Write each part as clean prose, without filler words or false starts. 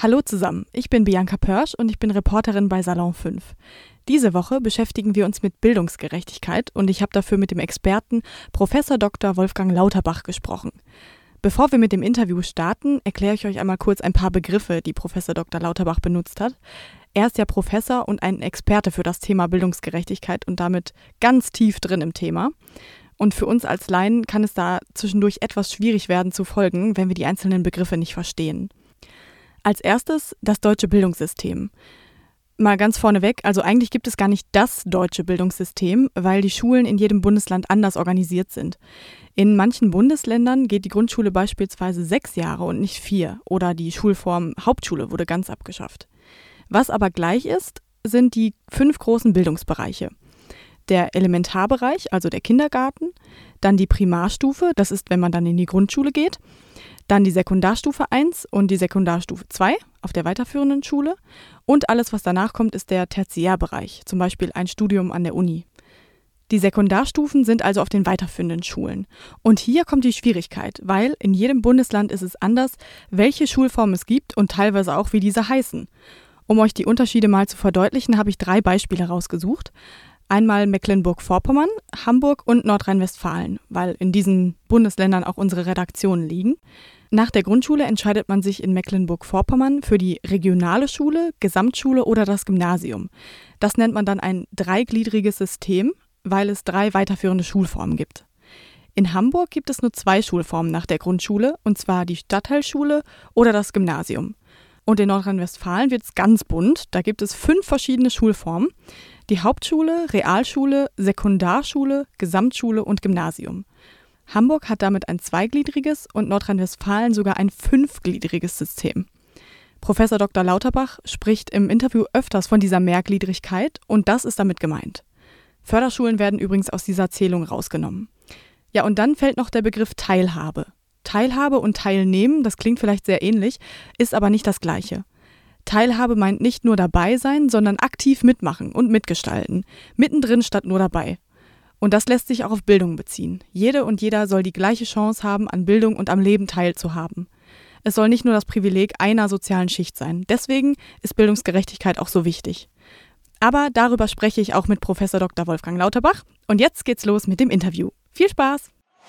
Hallo zusammen, ich bin Bianca Pörsch und ich bin Reporterin bei Salon 5. Diese Woche beschäftigen wir uns mit Bildungsgerechtigkeit und ich habe dafür mit dem Experten Prof. Dr. Wolfgang Lauterbach gesprochen. Bevor wir mit dem Interview starten, erkläre ich euch einmal kurz ein paar Begriffe, die Prof. Dr. Lauterbach benutzt hat. Er ist ja Professor und ein Experte für das Thema Bildungsgerechtigkeit und damit ganz tief drin im Thema. Und für uns als Laien kann es da zwischendurch etwas schwierig werden zu folgen, wenn wir die einzelnen Begriffe nicht verstehen. Als erstes das deutsche Bildungssystem. Mal ganz vorneweg, also eigentlich gibt es gar nicht das deutsche Bildungssystem, weil die Schulen in jedem Bundesland anders organisiert sind. In manchen Bundesländern geht die Grundschule beispielsweise 6 Jahre und nicht 4 oder die Schulform Hauptschule wurde ganz abgeschafft. Was aber gleich ist, sind die 5 großen Bildungsbereiche. Der Elementarbereich, also der Kindergarten, dann die Primarstufe, das ist, wenn man dann in die Grundschule geht, dann die Sekundarstufe 1 und die Sekundarstufe 2 auf der weiterführenden Schule und alles, was danach kommt, ist der Tertiärbereich, zum Beispiel ein Studium an der Uni. Die Sekundarstufen sind also auf den weiterführenden Schulen. Und hier kommt die Schwierigkeit, weil in jedem Bundesland ist es anders, welche Schulform es gibt und teilweise auch, wie diese heißen. Um euch die Unterschiede mal zu verdeutlichen, habe ich 3 Beispiele rausgesucht. Einmal Mecklenburg-Vorpommern, Hamburg und Nordrhein-Westfalen, weil in diesen Bundesländern auch unsere Redaktionen liegen. Nach der Grundschule entscheidet man sich in Mecklenburg-Vorpommern für die regionale Schule, Gesamtschule oder das Gymnasium. Das nennt man dann ein dreigliedriges System, weil es 3 weiterführende Schulformen gibt. In Hamburg gibt es nur 2 Schulformen nach der Grundschule, und zwar die Stadtteilschule oder das Gymnasium. Und in Nordrhein-Westfalen wird es ganz bunt, da gibt es 5 verschiedene Schulformen. Die Hauptschule, Realschule, Sekundarschule, Gesamtschule und Gymnasium. Hamburg hat damit ein 2gliedriges und Nordrhein-Westfalen sogar ein 5gliedriges System. Prof. Dr. Lauterbach spricht im Interview öfters von dieser Mehrgliedrigkeit und das ist damit gemeint. Förderschulen werden übrigens aus dieser Zählung rausgenommen. Ja, und dann fällt noch der Begriff Teilhabe. Teilhabe und Teilnehmen, das klingt vielleicht sehr ähnlich, ist aber nicht das Gleiche. Teilhabe meint nicht nur dabei sein, sondern aktiv mitmachen und mitgestalten. Mittendrin statt nur dabei. Und das lässt sich auch auf Bildung beziehen. Jede und jeder soll die gleiche Chance haben, an Bildung und am Leben teilzuhaben. Es soll nicht nur das Privileg einer sozialen Schicht sein. Deswegen ist Bildungsgerechtigkeit auch so wichtig. Aber darüber spreche ich auch mit Prof. Dr. Wolfgang Lauterbach. Und jetzt geht's los mit dem Interview. Viel Spaß!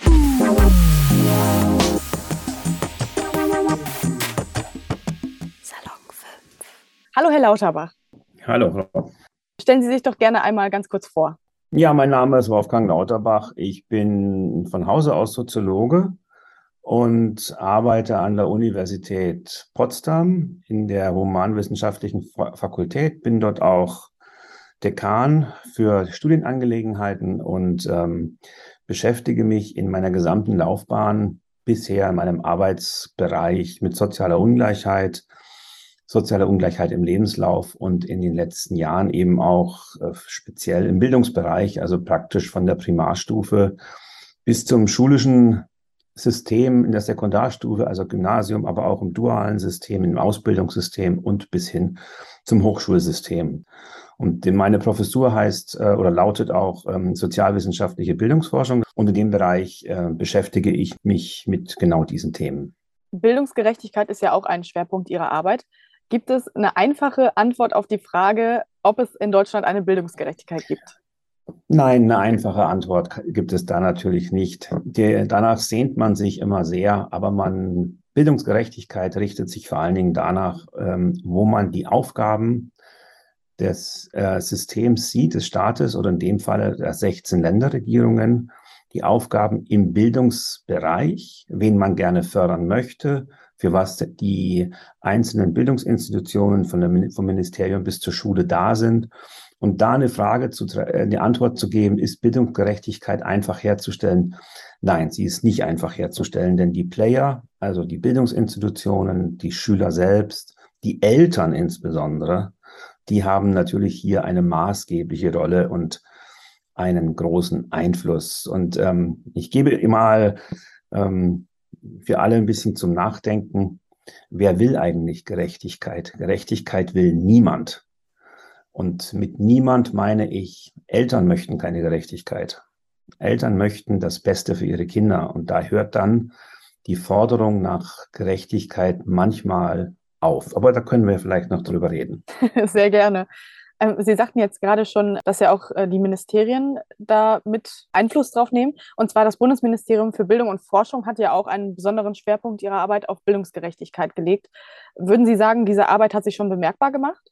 Hallo, Herr Lauterbach. Hallo, Frau. Stellen Sie sich doch gerne einmal ganz kurz vor. Ja, mein Name ist Wolfgang Lauterbach. Ich bin von Hause aus Soziologe und arbeite an der Universität Potsdam in der Humanwissenschaftlichen Fakultät, bin dort auch Dekan für Studienangelegenheiten und beschäftige mich in meiner gesamten Laufbahn bisher in meinem Arbeitsbereich mit sozialer Ungleichheit im Lebenslauf und in den letzten Jahren eben auch speziell im Bildungsbereich, also praktisch von der Primarstufe bis zum schulischen System in der Sekundarstufe, also Gymnasium, aber auch im dualen System, im Ausbildungssystem und bis hin zum Hochschulsystem. Und meine Professur heißt oder lautet auch sozialwissenschaftliche Bildungsforschung und in dem Bereich beschäftige ich mich mit genau diesen Themen. Bildungsgerechtigkeit ist ja auch ein Schwerpunkt Ihrer Arbeit. Gibt es eine einfache Antwort auf die Frage, ob es in Deutschland eine Bildungsgerechtigkeit gibt? Nein, eine einfache Antwort gibt es da natürlich nicht. Danach sehnt man sich immer sehr, aber Bildungsgerechtigkeit richtet sich vor allen Dingen danach, wo man die Aufgaben des Systems sieht, des Staates oder in dem Falle der 16 Länderregierungen, die Aufgaben im Bildungsbereich, wen man gerne fördern möchte, für was die einzelnen Bildungsinstitutionen vom Ministerium bis zur Schule da sind. Und da eine Antwort zu geben, ist Bildungsgerechtigkeit einfach herzustellen? Nein, sie ist nicht einfach herzustellen, denn die Player, also die Bildungsinstitutionen, die Schüler selbst, die Eltern insbesondere, die haben natürlich hier eine maßgebliche Rolle und einen großen Einfluss. Und ich gebe mal für alle ein bisschen zum Nachdenken, wer will eigentlich Gerechtigkeit? Gerechtigkeit will niemand. Und mit niemand meine ich, Eltern möchten keine Gerechtigkeit. Eltern möchten das Beste für ihre Kinder. Und da hört dann die Forderung nach Gerechtigkeit manchmal auf. Aber da können wir vielleicht noch drüber reden. Sehr gerne. Sie sagten jetzt gerade schon, dass ja auch die Ministerien da mit Einfluss drauf nehmen. Und zwar das Bundesministerium für Bildung und Forschung hat ja auch einen besonderen Schwerpunkt ihrer Arbeit auf Bildungsgerechtigkeit gelegt. Würden Sie sagen, diese Arbeit hat sich schon bemerkbar gemacht?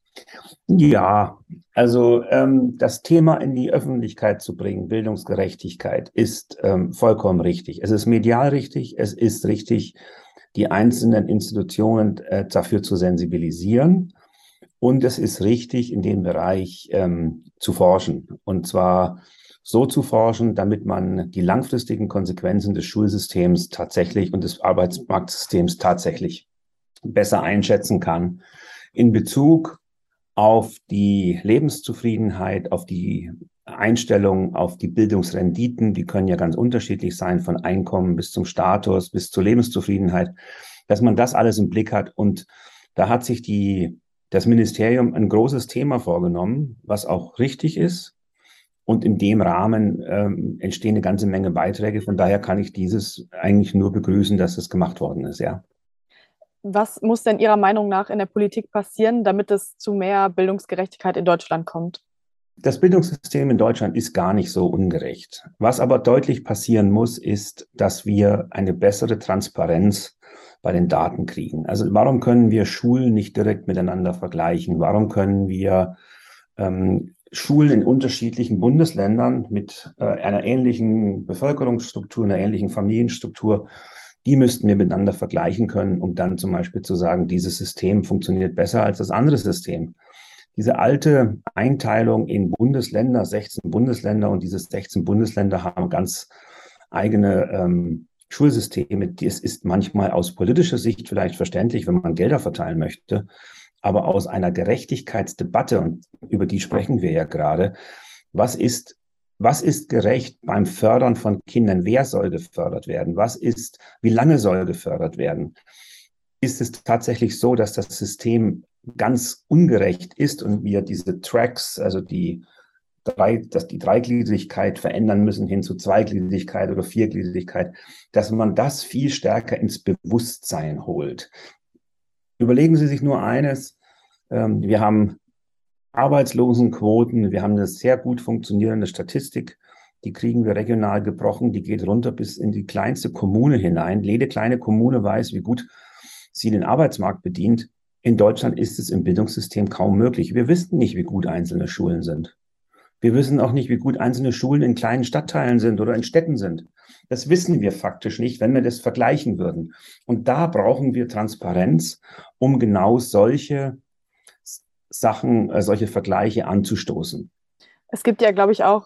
Ja, also das Thema in die Öffentlichkeit zu bringen, Bildungsgerechtigkeit, ist vollkommen richtig. Es ist medial richtig, es ist richtig, die einzelnen Institutionen dafür zu sensibilisieren. Und es ist richtig, in dem Bereich zu forschen. Und zwar so zu forschen, damit man die langfristigen Konsequenzen des Schulsystems tatsächlich und des Arbeitsmarktsystems tatsächlich besser einschätzen kann in Bezug auf die Lebenszufriedenheit, auf die Einstellung, auf die Bildungsrenditen. Die können ja ganz unterschiedlich sein, von Einkommen bis zum Status, bis zur Lebenszufriedenheit, dass man das alles im Blick hat. Und da hat sich das Ministerium ein großes Thema vorgenommen, was auch richtig ist. Und in dem Rahmen entstehen eine ganze Menge Beiträge. Von daher kann ich dieses eigentlich nur begrüßen, dass es gemacht worden ist, ja. Was muss denn Ihrer Meinung nach in der Politik passieren, damit es zu mehr Bildungsgerechtigkeit in Deutschland kommt? Das Bildungssystem in Deutschland ist gar nicht so ungerecht. Was aber deutlich passieren muss, ist, dass wir eine bessere Transparenz bei den Daten kriegen. Also warum können wir Schulen nicht direkt miteinander vergleichen? Warum können wir Schulen in unterschiedlichen Bundesländern mit einer ähnlichen Bevölkerungsstruktur, einer ähnlichen Familienstruktur, die müssten wir miteinander vergleichen können, um dann zum Beispiel zu sagen, dieses System funktioniert besser als das andere System. Diese alte Einteilung in Bundesländer, 16 Bundesländer, und diese 16 Bundesländer haben ganz eigene Schulsysteme. Das ist manchmal aus politischer Sicht vielleicht verständlich, wenn man Gelder verteilen möchte. Aber aus einer Gerechtigkeitsdebatte, und über die sprechen wir ja gerade, was ist gerecht beim Fördern von Kindern? Wer soll gefördert werden? Wie lange soll gefördert werden? Ist es tatsächlich so, dass das System ganz ungerecht ist und wir diese Tracks, also die Dreigliedrigkeit verändern müssen hin zu Zweigliedrigkeit oder Viergliedrigkeit, dass man das viel stärker ins Bewusstsein holt. Überlegen Sie sich nur eines, wir haben Arbeitslosenquoten, wir haben eine sehr gut funktionierende Statistik, die kriegen wir regional gebrochen, die geht runter bis in die kleinste Kommune hinein. Jede kleine Kommune weiß, wie gut sie den Arbeitsmarkt bedient. In Deutschland ist es im Bildungssystem kaum möglich. Wir wissen nicht, wie gut einzelne Schulen sind. Wir wissen auch nicht, wie gut einzelne Schulen in kleinen Stadtteilen sind oder in Städten sind. Das wissen wir faktisch nicht, wenn wir das vergleichen würden. Und da brauchen wir Transparenz, um genau solche Sachen, solche Vergleiche anzustoßen. Es gibt ja, glaube ich, auch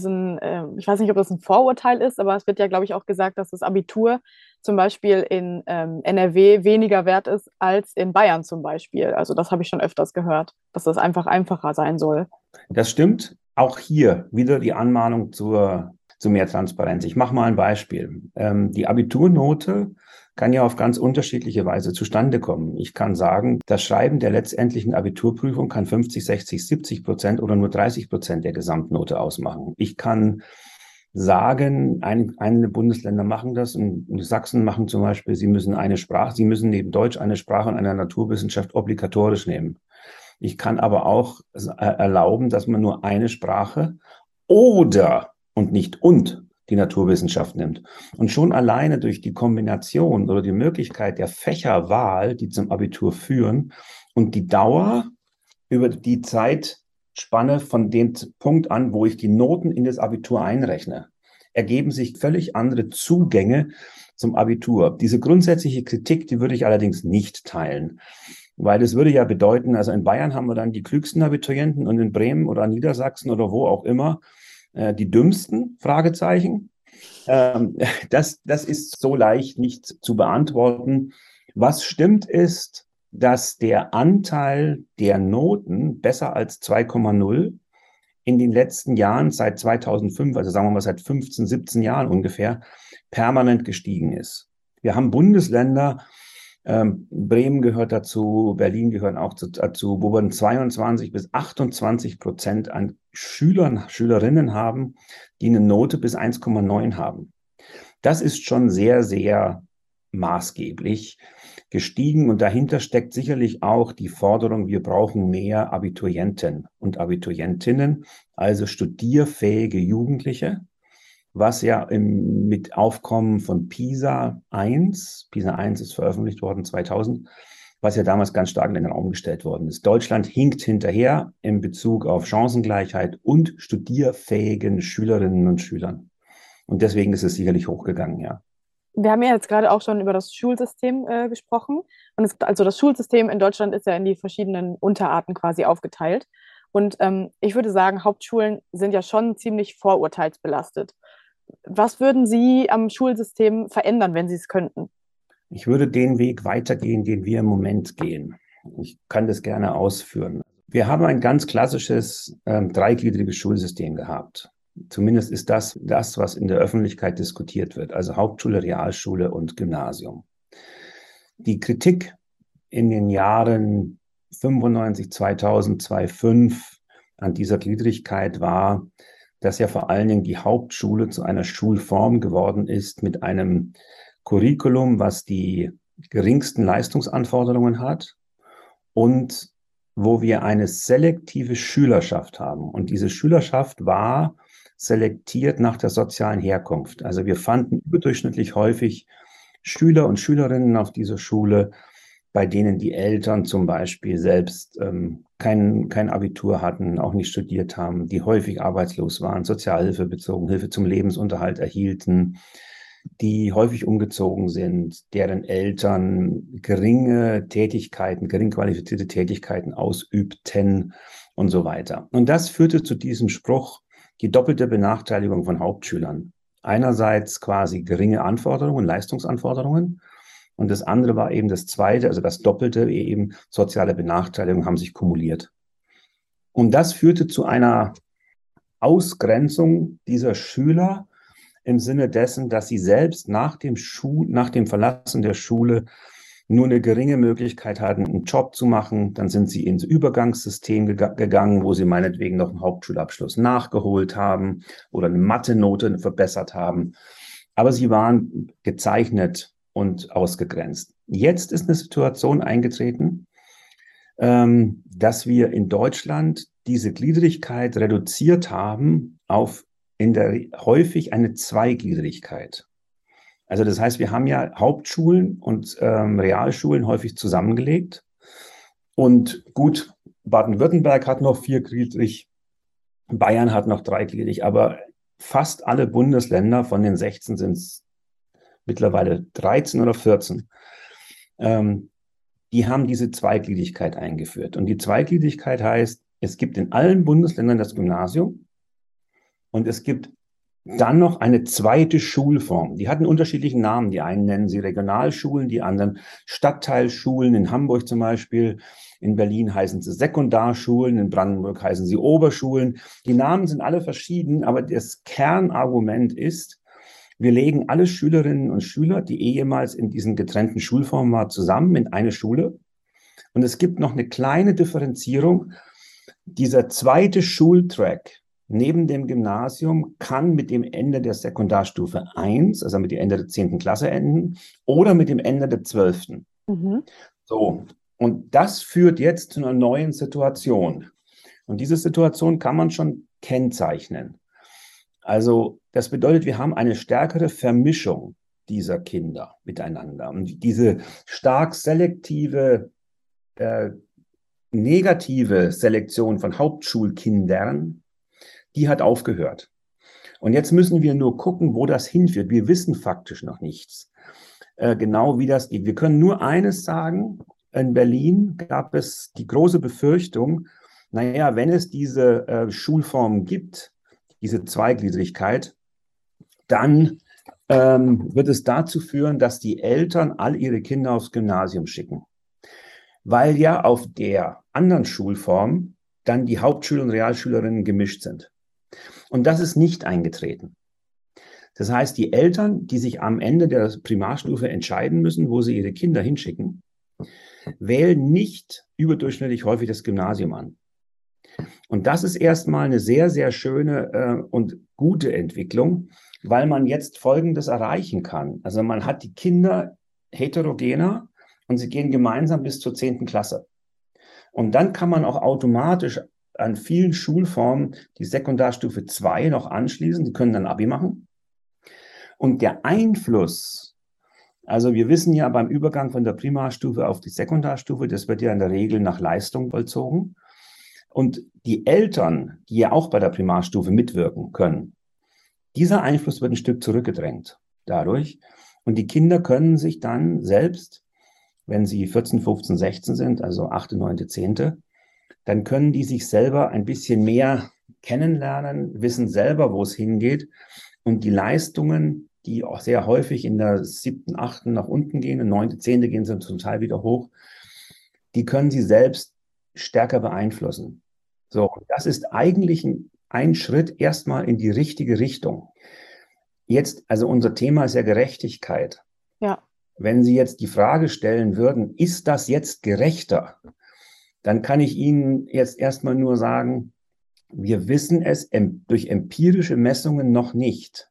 ich weiß nicht, ob das ein Vorurteil ist, aber es wird ja, glaube ich, auch gesagt, dass das Abitur zum Beispiel in NRW weniger wert ist als in Bayern zum Beispiel. Also das habe ich schon öfters gehört, dass das einfach einfacher sein soll. Das stimmt. Auch hier wieder die Anmahnung zu mehr Transparenz. Ich mache mal ein Beispiel. Die Abiturnote kann ja auf ganz unterschiedliche Weise zustande kommen. Ich kann sagen, das Schreiben der letztendlichen Abiturprüfung kann 50, 60, 70% oder nur 30% der Gesamtnote ausmachen. Ich kann sagen, einige Bundesländer machen das, und Sachsen machen zum Beispiel, sie müssen neben Deutsch eine Sprache und eine Naturwissenschaft obligatorisch nehmen. Ich kann aber auch erlauben, dass man nur eine Sprache oder und nicht und die Naturwissenschaft nimmt. Und schon alleine durch die Kombination oder die Möglichkeit der Fächerwahl, die zum Abitur führen, und die Dauer über die Zeitspanne von dem Punkt an, wo ich die Noten in das Abitur einrechne, ergeben sich völlig andere Zugänge zum Abitur. Diese grundsätzliche Kritik, die würde ich allerdings nicht teilen. Weil das würde ja bedeuten, also in Bayern haben wir dann die klügsten Abiturienten und in Bremen oder Niedersachsen oder wo auch immer die dümmsten, Fragezeichen. Das ist so leicht nicht zu beantworten. Was stimmt ist, dass der Anteil der Noten besser als 2,0 in den letzten Jahren seit 2005, also sagen wir mal seit 15, 17 Jahren ungefähr, permanent gestiegen ist. Wir haben Bundesländer, Bremen gehört dazu, Berlin gehören auch dazu, wo wir 22-28% an Schülerinnen haben, die eine Note bis 1,9 haben. Das ist schon sehr, sehr maßgeblich. gestiegen und dahinter steckt sicherlich auch die Forderung, wir brauchen mehr Abiturienten und Abiturientinnen, also studierfähige Jugendliche, was ja mit Aufkommen von PISA 1 ist veröffentlicht worden 2000, was ja damals ganz stark in den Raum gestellt worden ist. Deutschland hinkt hinterher in Bezug auf Chancengleichheit und studierfähigen Schülerinnen und Schülern. Und deswegen ist es sicherlich hochgegangen, ja. Wir haben ja jetzt gerade auch schon über das Schulsystem gesprochen. Und also das Schulsystem in Deutschland ist ja in die verschiedenen Unterarten quasi aufgeteilt. Und ich würde sagen, Hauptschulen sind ja schon ziemlich vorurteilsbelastet. Was würden Sie am Schulsystem verändern, wenn Sie es könnten? Ich würde den Weg weitergehen, den wir im Moment gehen. Ich kann das gerne ausführen. Wir haben ein ganz klassisches dreigliedriges Schulsystem gehabt. Zumindest ist das, was in der Öffentlichkeit diskutiert wird, also Hauptschule, Realschule und Gymnasium. Die Kritik in den Jahren 95, 2000, 2005 an dieser Gliedrigkeit war, dass ja vor allen Dingen die Hauptschule zu einer Schulform geworden ist mit einem Curriculum, was die geringsten Leistungsanforderungen hat und wo wir eine selektive Schülerschaft haben. Und diese Schülerschaft war selektiert nach der sozialen Herkunft. Also wir fanden überdurchschnittlich häufig Schüler und Schülerinnen auf dieser Schule, bei denen die Eltern zum Beispiel selbst kein Abitur hatten, auch nicht studiert haben, die häufig arbeitslos waren, Sozialhilfe bezogen, Hilfe zum Lebensunterhalt erhielten, die häufig umgezogen sind, deren Eltern gering qualifizierte Tätigkeiten ausübten und so weiter. Und das führte zu diesem Spruch, die doppelte Benachteiligung von Hauptschülern. Einerseits quasi geringe Anforderungen, Leistungsanforderungen. Und das andere war eben das Zweite, also das Doppelte, eben soziale Benachteiligung haben sich kumuliert. Und das führte zu einer Ausgrenzung dieser Schüler im Sinne dessen, dass sie selbst nach dem Verlassen der Schule nur eine geringe Möglichkeit hatten, einen Job zu machen. Dann sind sie ins Übergangssystem gegangen, wo sie meinetwegen noch einen Hauptschulabschluss nachgeholt haben oder eine Mathe-Note verbessert haben. Aber sie waren gezeichnet und ausgegrenzt. Jetzt ist eine Situation eingetreten, dass wir in Deutschland diese Gliedrigkeit reduziert haben auf häufig eine Zweigliedrigkeit. Also das heißt, wir haben ja Hauptschulen und Realschulen häufig zusammengelegt. Und gut, Baden-Württemberg hat noch viergliedrig, Bayern hat noch dreigliedrig, aber fast alle Bundesländer von den 16 sind es mittlerweile 13 oder 14. Die haben diese Zweigliedrigkeit eingeführt. Und die Zweigliedrigkeit heißt, es gibt in allen Bundesländern das Gymnasium und es gibt dann noch eine zweite Schulform. Die hatten unterschiedlichen Namen. Die einen nennen sie Regionalschulen, die anderen Stadtteilschulen. In Hamburg zum Beispiel, in Berlin heißen sie Sekundarschulen, in Brandenburg heißen sie Oberschulen. Die Namen sind alle verschieden, aber das Kernargument ist, wir legen alle Schülerinnen und Schüler, die ehemals in diesen getrennten Schulformen waren, zusammen in eine Schule. Und es gibt noch eine kleine Differenzierung. Dieser zweite Schultrack neben dem Gymnasium kann mit dem Ende der Sekundarstufe 1, also mit dem Ende der 10. Klasse enden oder mit dem Ende der 12. Mhm. So, und das führt jetzt zu einer neuen Situation. Und diese Situation kann man schon kennzeichnen. Also das bedeutet, wir haben eine stärkere Vermischung dieser Kinder miteinander. Und diese stark selektive, negative Selektion von Hauptschulkindern, die hat aufgehört. Und jetzt müssen wir nur gucken, wo das hinführt. Wir wissen faktisch noch nichts, genau wie das geht. Wir können nur eines sagen. In Berlin gab es die große Befürchtung, naja, wenn es diese Schulform gibt, diese Zweigliedrigkeit, dann wird es dazu führen, dass die Eltern all ihre Kinder aufs Gymnasium schicken. Weil ja auf der anderen Schulform dann die Hauptschül- und Realschülerinnen gemischt sind. Und das ist nicht eingetreten. Das heißt, die Eltern, die sich am Ende der Primarstufe entscheiden müssen, wo sie ihre Kinder hinschicken, wählen nicht überdurchschnittlich häufig das Gymnasium an. Und das ist erstmal eine sehr, sehr schöne und gute Entwicklung, weil man jetzt Folgendes erreichen kann. Also man hat die Kinder heterogener und sie gehen gemeinsam bis zur 10. Klasse. Und dann kann man auch automatisch an vielen Schulformen die Sekundarstufe 2 noch anschließen. Die können dann Abi machen. Und der Einfluss, also wir wissen ja beim Übergang von der Primarstufe auf die Sekundarstufe, das wird ja in der Regel nach Leistung vollzogen. Und die Eltern, die ja auch bei der Primarstufe mitwirken können, dieser Einfluss wird ein Stück zurückgedrängt dadurch. Und die Kinder können sich dann selbst, wenn sie 14, 15, 16 sind, also 8., 9., 10., dann können die sich selber ein bisschen mehr kennenlernen, wissen selber, wo es hingeht. Und die Leistungen, die auch sehr häufig in der 7., 8. nach unten gehen, in 9., 10. gehen sie zum Teil wieder hoch, die können sie selbst stärker beeinflussen. So, das ist eigentlich ein Schritt erstmal in die richtige Richtung. Jetzt, also unser Thema ist ja Gerechtigkeit. Ja. Wenn Sie jetzt die Frage stellen würden, ist das jetzt gerechter? Dann kann ich Ihnen jetzt erstmal nur sagen, wir wissen es durch empirische Messungen noch nicht.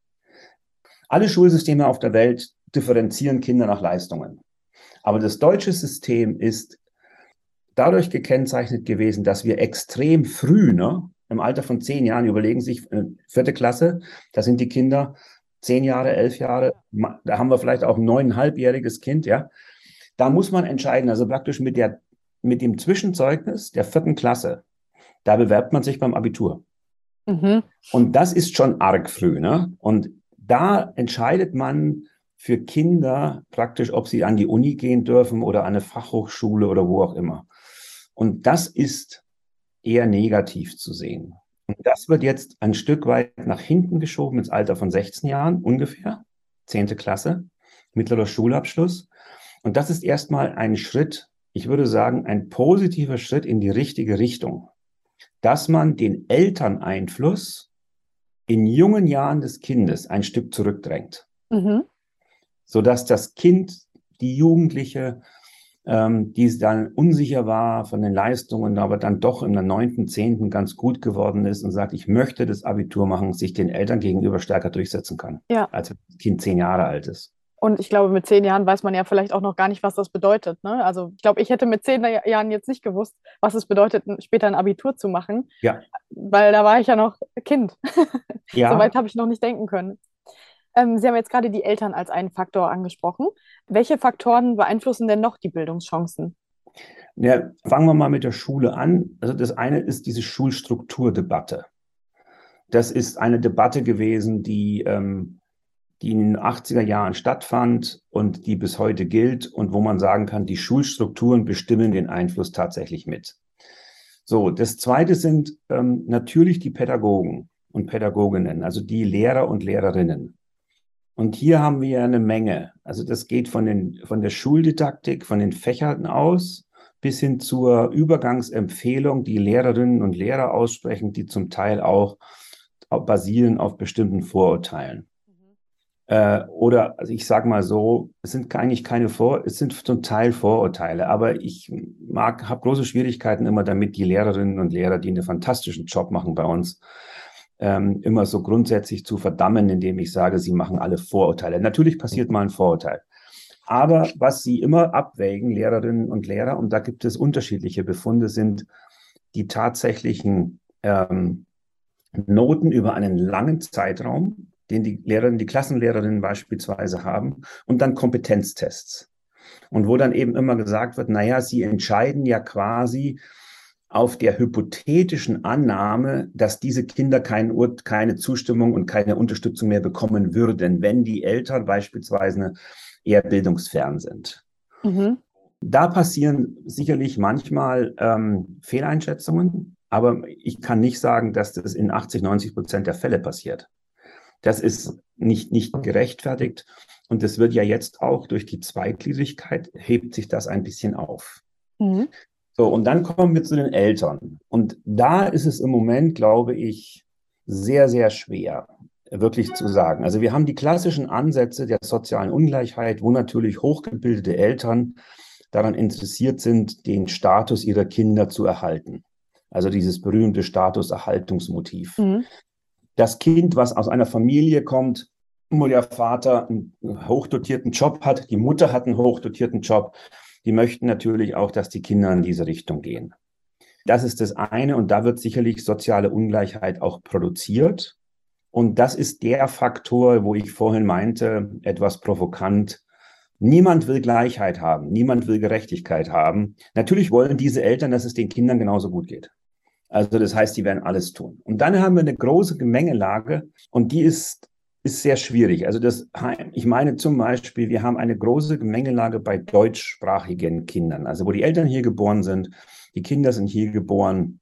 Alle Schulsysteme auf der Welt differenzieren Kinder nach Leistungen. Aber das deutsche System ist dadurch gekennzeichnet gewesen, dass wir extrem früh, im Alter von 10 Jahren, überlegen sich, 4. Klasse, da sind die Kinder 10 Jahre, 11 Jahre, da haben wir vielleicht auch ein 9,5-jähriges Kind, ja. Da muss man entscheiden, also praktisch mit dem Zwischenzeugnis der 4. Klasse, da bewerbt man sich beim Abitur. Mhm. Und das ist schon arg früh, Und da entscheidet man für Kinder praktisch, ob sie an die Uni gehen dürfen oder an eine Fachhochschule oder wo auch immer. Und das ist eher negativ zu sehen. Und das wird jetzt ein Stück weit nach hinten geschoben ins Alter von 16 Jahren ungefähr, 10. Klasse, mittlerer Schulabschluss. Und das ist erstmal ein Schritt, ich würde sagen, ein positiver Schritt in die richtige Richtung, dass man den Elterneinfluss in jungen Jahren des Kindes ein Stück zurückdrängt, sodass das Kind, die Jugendliche, die dann unsicher war von den Leistungen, aber dann doch in der 9., 10. ganz gut geworden ist und sagt, ich möchte das Abitur machen, sich den Eltern gegenüber stärker durchsetzen kann, als wenn das Kind 10 Jahre alt ist. Und ich glaube, mit 10 Jahren weiß man ja vielleicht auch noch gar nicht, was das bedeutet. Ne? Also ich glaube, ich hätte mit 10 Jahren jetzt nicht gewusst, was es bedeutet, später ein Abitur zu machen, weil da war ich ja noch Kind. Ja. Soweit habe ich noch nicht denken können. Sie haben jetzt gerade die Eltern als einen Faktor angesprochen. Welche Faktoren beeinflussen denn noch die Bildungschancen? Ja, fangen wir mal mit der Schule an. Also das eine ist diese Schulstrukturdebatte. Das ist eine Debatte gewesen, die in den 80er Jahren stattfand und die bis heute gilt und wo man sagen kann, die Schulstrukturen bestimmen den Einfluss tatsächlich mit. So, das zweite sind natürlich die Pädagogen und Pädagoginnen, also die Lehrer und Lehrerinnen. Und hier haben wir eine Menge. Also das geht von der Schuldidaktik, von den Fächern aus, bis hin zur Übergangsempfehlung, die Lehrerinnen und Lehrer aussprechen, die zum Teil auch basieren auf bestimmten Vorurteilen. Oder also ich sage mal so, es sind eigentlich es sind zum Teil Vorurteile, aber ich habe große Schwierigkeiten immer damit, die Lehrerinnen und Lehrer, die einen fantastischen Job machen bei uns, immer so grundsätzlich zu verdammen, indem ich sage, sie machen alle Vorurteile. Natürlich passiert mal ein Vorurteil. Aber was sie immer abwägen, Lehrerinnen und Lehrer, und da gibt es unterschiedliche Befunde, sind die tatsächlichen Noten über einen langen Zeitraum, den die Lehrerinnen, die Klassenlehrerinnen beispielsweise haben, und dann Kompetenztests. Und wo dann eben immer gesagt wird, naja, sie entscheiden ja quasi auf der hypothetischen Annahme, dass diese Kinder keine Zustimmung und keine Unterstützung mehr bekommen würden, wenn die Eltern beispielsweise eher bildungsfern sind. Da passieren sicherlich manchmal Fehleinschätzungen, aber ich kann nicht sagen, dass das in 80-90% der Fälle passiert. Das ist nicht gerechtfertigt und das wird ja jetzt auch durch die Zweigliedrigkeit, hebt sich das ein bisschen auf. So, und dann kommen wir zu den Eltern. Und da ist es im Moment, glaube ich, sehr, sehr schwer, wirklich zu sagen. Also wir haben die klassischen Ansätze der sozialen Ungleichheit, wo natürlich hochgebildete Eltern daran interessiert sind, den Status ihrer Kinder zu erhalten. Also dieses berühmte Statuserhaltungsmotiv. Das Kind, was aus einer Familie kommt, wo der Vater einen hochdotierten Job hat, die Mutter hat einen hochdotierten Job, die möchten natürlich auch, dass die Kinder in diese Richtung gehen. Das ist das eine und da wird sicherlich soziale Ungleichheit auch produziert. Und das ist der Faktor, wo ich vorhin meinte, etwas provokant. Niemand will Gleichheit haben, niemand will Gerechtigkeit haben. Natürlich wollen diese Eltern, dass es den Kindern genauso gut geht. Also das heißt, die werden alles tun. Und dann haben wir eine große Gemengelage und die ist sehr schwierig. Also ich meine zum Beispiel, wir haben eine große Gemengelage bei deutschsprachigen Kindern, also wo die Eltern hier geboren sind, die Kinder sind hier geboren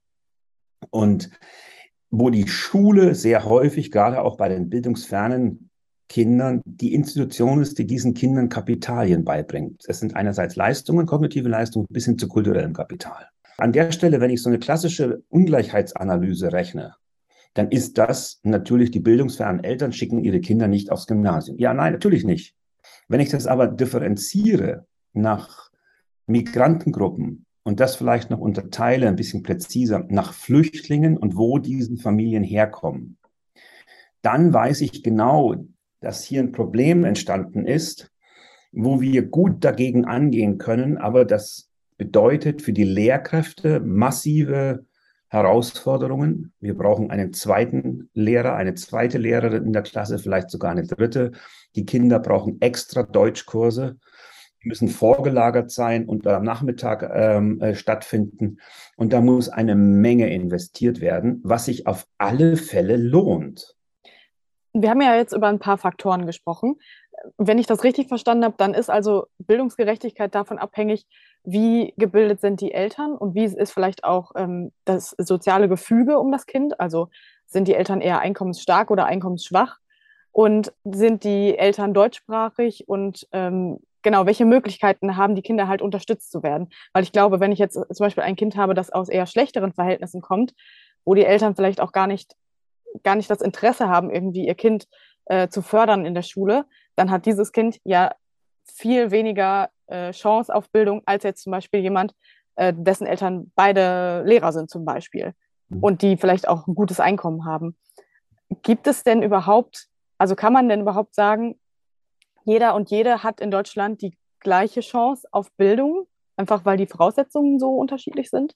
und wo die Schule sehr häufig, gerade auch bei den bildungsfernen Kindern, die Institution ist, die diesen Kindern Kapitalien beibringt. Es sind einerseits Leistungen, kognitive Leistungen, bis hin zu kulturellem Kapital. An der Stelle, wenn ich so eine klassische Ungleichheitsanalyse rechne, dann ist das natürlich, die bildungsfernen Eltern schicken ihre Kinder nicht aufs Gymnasium. Ja, nein, natürlich nicht. Wenn ich das aber differenziere nach Migrantengruppen und das vielleicht noch unterteile, ein bisschen präziser, nach Flüchtlingen und wo diese Familien herkommen, dann weiß ich genau, dass hier ein Problem entstanden ist, wo wir gut dagegen angehen können, aber das bedeutet für die Lehrkräfte massive Herausforderungen. Wir brauchen einen zweiten Lehrer, eine zweite Lehrerin in der Klasse, vielleicht sogar eine dritte. Die Kinder brauchen extra Deutschkurse, die müssen vorgelagert sein und am Nachmittag stattfinden. Und da muss eine Menge investiert werden, was sich auf alle Fälle lohnt. Wir haben ja jetzt über ein paar Faktoren gesprochen. Wenn ich das richtig verstanden habe, dann ist also Bildungsgerechtigkeit davon abhängig, wie gebildet sind die Eltern und wie ist vielleicht auch das soziale Gefüge um das Kind. Also sind die Eltern eher einkommensstark oder einkommensschwach und sind die Eltern deutschsprachig und genau, welche Möglichkeiten haben die Kinder halt unterstützt zu werden. Weil ich glaube, wenn ich jetzt zum Beispiel ein Kind habe, das aus eher schlechteren Verhältnissen kommt, wo die Eltern vielleicht auch gar nicht das Interesse haben, irgendwie ihr Kind zu fördern in der Schule, dann hat dieses Kind ja viel weniger Chance auf Bildung als jetzt zum Beispiel jemand, dessen Eltern beide Lehrer sind zum Beispiel und die vielleicht auch ein gutes Einkommen haben. Gibt es denn überhaupt, also kann man denn überhaupt sagen, jeder und jede hat in Deutschland die gleiche Chance auf Bildung, einfach weil die Voraussetzungen so unterschiedlich sind?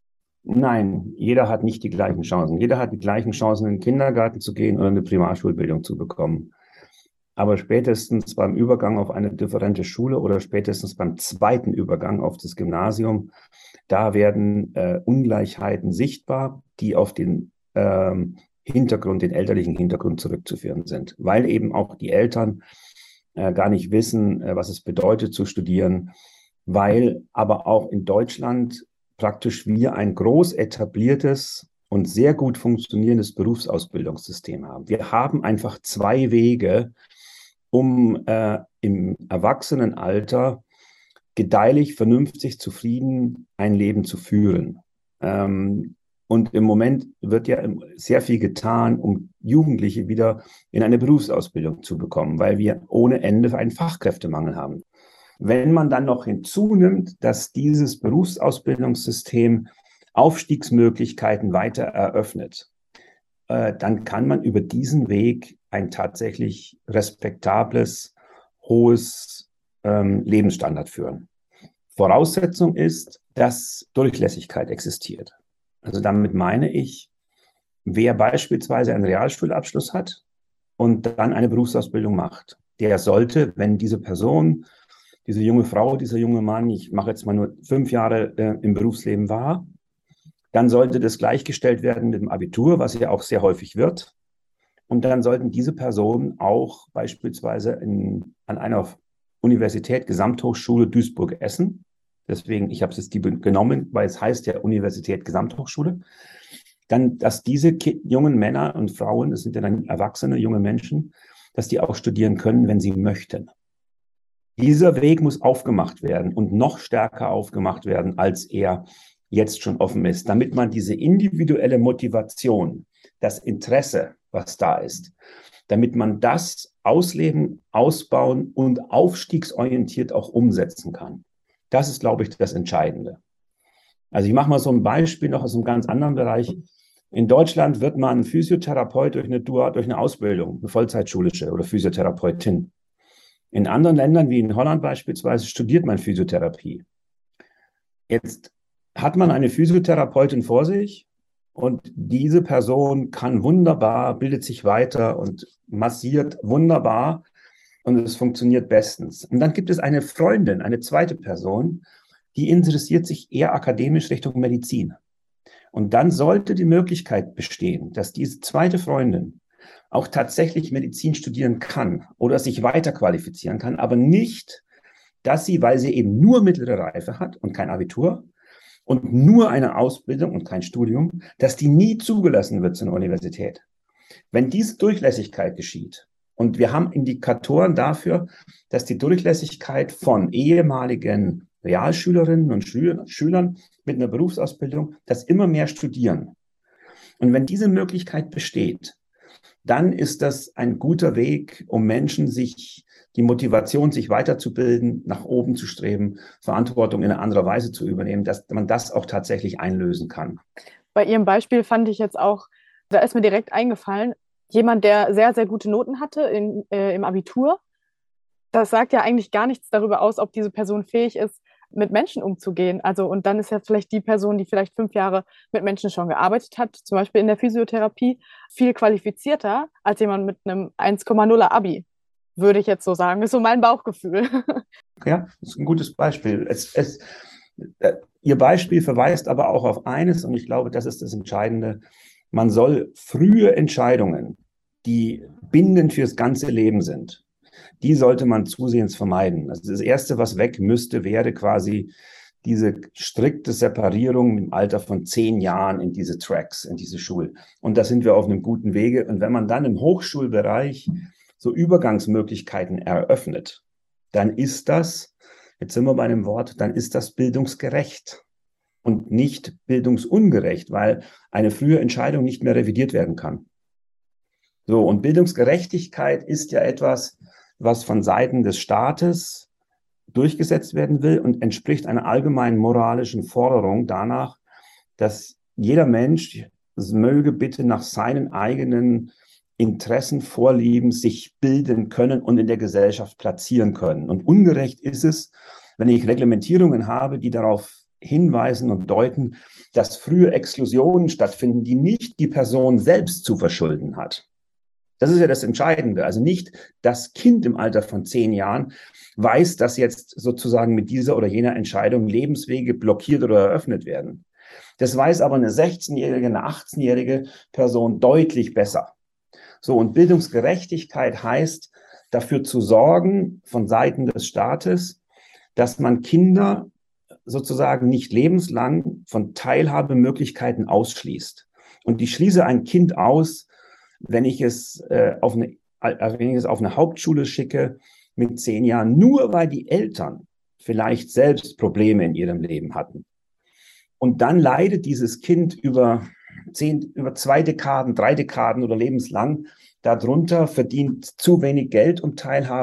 Nein, jeder hat nicht die gleichen Chancen. Jeder hat die gleichen Chancen, in den Kindergarten zu gehen oder eine Primarschulbildung zu bekommen. Aber spätestens beim Übergang auf eine differente Schule oder spätestens beim zweiten Übergang auf das Gymnasium, da werden Ungleichheiten sichtbar, die auf den Hintergrund, den elterlichen Hintergrund zurückzuführen sind, weil eben auch die Eltern gar nicht wissen, was es bedeutet zu studieren, weil aber auch in Deutschland praktisch wir ein groß etabliertes und sehr gut funktionierendes Berufsausbildungssystem haben. Wir haben einfach zwei Wege, um im Erwachsenenalter gedeihlich, vernünftig, zufrieden ein Leben zu führen. Und im Moment wird ja sehr viel getan, um Jugendliche wieder in eine Berufsausbildung zu bekommen, weil wir ohne Ende einen Fachkräftemangel haben. Wenn man dann noch hinzunimmt, dass dieses Berufsausbildungssystem Aufstiegsmöglichkeiten weiter eröffnet, dann kann man über diesen Weg ein tatsächlich respektables, hohes Lebensstandard führen. Voraussetzung ist, dass Durchlässigkeit existiert. Also damit meine ich, wer beispielsweise einen Realschulabschluss hat und dann eine Berufsausbildung macht, der sollte, wenn diese Person, diese junge Frau, dieser junge Mann, ich mache jetzt mal nur 5 Jahre im Berufsleben war, dann sollte das gleichgestellt werden mit dem Abitur, was ja auch sehr häufig wird. Und dann sollten diese Personen auch beispielsweise an einer Universität, Gesamthochschule Duisburg-Essen, deswegen, ich habe es jetzt genommen, weil es heißt ja Universität Gesamthochschule, dann, dass diese jungen Männer und Frauen, das sind ja dann erwachsene junge Menschen, dass die auch studieren können, wenn sie möchten. Dieser Weg muss aufgemacht werden und noch stärker aufgemacht werden, als er jetzt schon offen ist, damit man diese individuelle Motivation, das Interesse, was da ist, damit man das ausleben, ausbauen und aufstiegsorientiert auch umsetzen kann. Das ist, glaube ich, das Entscheidende. Also ich mache mal so ein Beispiel noch aus einem ganz anderen Bereich. In Deutschland wird man Physiotherapeut durch eine Ausbildung, eine vollzeitschulische oder Physiotherapeutin. In anderen Ländern, wie in Holland beispielsweise, studiert man Physiotherapie. Jetzt hat man eine Physiotherapeutin vor sich und diese Person kann wunderbar, bildet sich weiter und massiert wunderbar und es funktioniert bestens. Und dann gibt es eine Freundin, eine zweite Person, die interessiert sich eher akademisch Richtung Medizin. Und dann sollte die Möglichkeit bestehen, dass diese zweite Freundin auch tatsächlich Medizin studieren kann oder sich weiterqualifizieren kann, aber nicht, dass sie, weil sie eben nur mittlere Reife hat und kein Abitur und nur eine Ausbildung und kein Studium, dass die nie zugelassen wird zu einer Universität. Wenn diese Durchlässigkeit geschieht, und wir haben Indikatoren dafür, dass die Durchlässigkeit von ehemaligen Realschülerinnen und Schülern mit einer Berufsausbildung, dass immer mehr studieren. Und wenn diese Möglichkeit besteht, dann ist das ein guter Weg, um Menschen die Motivation, sich weiterzubilden, nach oben zu streben, Verantwortung in einer anderen Weise zu übernehmen, dass man das auch tatsächlich einlösen kann. Bei Ihrem Beispiel fand ich jetzt auch, da ist mir direkt eingefallen, jemand, der sehr, sehr gute Noten hatte im Abitur. Das sagt ja eigentlich gar nichts darüber aus, ob diese Person fähig ist, mit Menschen umzugehen. Also, und dann ist ja vielleicht die Person, die vielleicht 5 Jahre mit Menschen schon gearbeitet hat, zum Beispiel in der Physiotherapie, viel qualifizierter als jemand mit einem 1,0er Abi, würde ich jetzt so sagen. Das ist so mein Bauchgefühl. Ja, das ist ein gutes Beispiel. Ihr Beispiel verweist aber auch auf eines, und ich glaube, das ist das Entscheidende. Man soll frühe Entscheidungen, die bindend fürs ganze Leben sind, die sollte man zusehends vermeiden. Also das Erste, was weg müsste, wäre quasi diese strikte Separierung im Alter von 10 Jahren in diese Tracks, in diese Schulen. Und da sind wir auf einem guten Wege. Und wenn man dann im Hochschulbereich so Übergangsmöglichkeiten eröffnet, dann ist das, jetzt sind wir bei einem Wort, dann ist das bildungsgerecht und nicht bildungsungerecht, weil eine frühe Entscheidung nicht mehr revidiert werden kann. So, und Bildungsgerechtigkeit ist ja etwas, was von Seiten des Staates durchgesetzt werden will und entspricht einer allgemeinen moralischen Forderung danach, dass jeder Mensch möge bitte nach seinen eigenen Interessen, Vorlieben sich bilden können und in der Gesellschaft platzieren können. Und ungerecht ist es, wenn ich Reglementierungen habe, die darauf hinweisen und deuten, dass frühe Exklusionen stattfinden, die nicht die Person selbst zu verschulden hat. Das ist ja das Entscheidende. Also nicht das Kind im Alter von 10 Jahren weiß, dass jetzt sozusagen mit dieser oder jener Entscheidung Lebenswege blockiert oder eröffnet werden. Das weiß aber eine 16-jährige, eine 18-jährige Person deutlich besser. So, und Bildungsgerechtigkeit heißt, dafür zu sorgen von Seiten des Staates, dass man Kinder sozusagen nicht lebenslang von Teilhabemöglichkeiten ausschließt. Und ich schließe ein Kind aus, wenn ich es auf eine Hauptschule schicke mit 10 Jahren, nur weil die Eltern vielleicht selbst Probleme in ihrem Leben hatten. Und dann leidet dieses Kind über 2 Dekaden, 3 Dekaden oder lebenslang darunter, verdient zu wenig Geld, um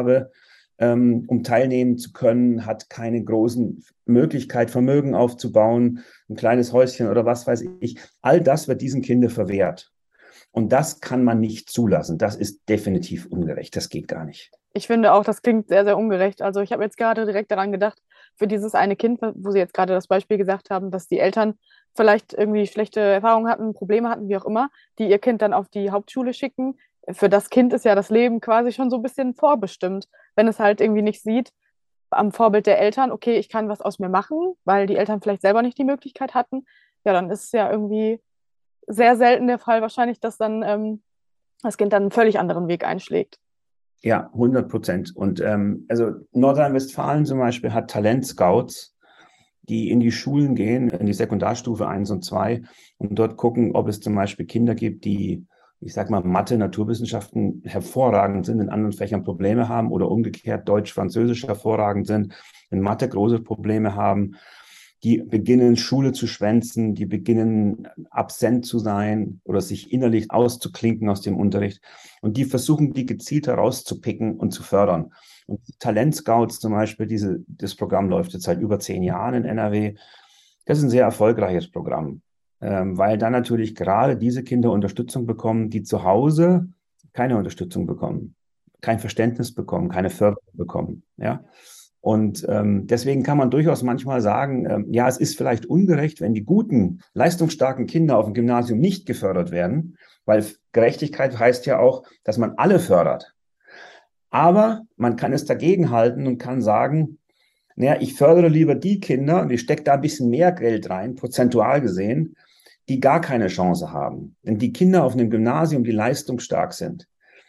um teilnehmen zu können, hat keine großen Möglichkeit, Vermögen aufzubauen, ein kleines Häuschen oder was weiß ich. All das wird diesen Kindern verwehrt. Und das kann man nicht zulassen. Das ist definitiv ungerecht. Das geht gar nicht. Ich finde auch, das klingt sehr, sehr ungerecht. Also ich habe jetzt gerade direkt daran gedacht, für dieses eine Kind, wo Sie jetzt gerade das Beispiel gesagt haben, dass die Eltern vielleicht irgendwie schlechte Erfahrungen hatten, Probleme hatten, wie auch immer, die ihr Kind dann auf die Hauptschule schicken. Für das Kind ist ja das Leben quasi schon so ein bisschen vorbestimmt, wenn es halt irgendwie nicht sieht, am Vorbild der Eltern, okay, ich kann was aus mir machen, weil die Eltern vielleicht selber nicht die Möglichkeit hatten. Ja, dann ist es ja irgendwie sehr selten der Fall wahrscheinlich, dass dann das Kind dann einen völlig anderen Weg einschlägt. Ja, 100%. Und also Nordrhein-Westfalen zum Beispiel hat Talentscouts, die in die Schulen gehen, in die Sekundarstufe 1 und 2 und dort gucken, ob es zum Beispiel Kinder gibt, die, ich sag mal, Mathe, Naturwissenschaften hervorragend sind, in anderen Fächern Probleme haben oder umgekehrt Deutsch, Französisch hervorragend sind, in Mathe große Probleme haben. Die beginnen Schule zu schwänzen, die beginnen absent zu sein oder sich innerlich auszuklinken aus dem Unterricht. Und die versuchen, die gezielt herauszupicken und zu fördern. Und Talentscouts zum Beispiel, das Programm läuft jetzt seit über 10 Jahren in NRW. Das ist ein sehr erfolgreiches Programm, weil dann natürlich gerade diese Kinder Unterstützung bekommen, die zu Hause keine Unterstützung bekommen, kein Verständnis bekommen, keine Förderung bekommen. Ja? Und deswegen kann man durchaus manchmal sagen, ja, es ist vielleicht ungerecht, wenn die guten, leistungsstarken Kinder auf dem Gymnasium nicht gefördert werden, weil Gerechtigkeit heißt ja auch, dass man alle fördert. Aber man kann es dagegen halten und kann sagen, naja, ich fördere lieber die Kinder und ich stecke da ein bisschen mehr Geld rein, prozentual gesehen, die gar keine Chance haben. Denn die Kinder auf einem Gymnasium, die leistungsstark sind,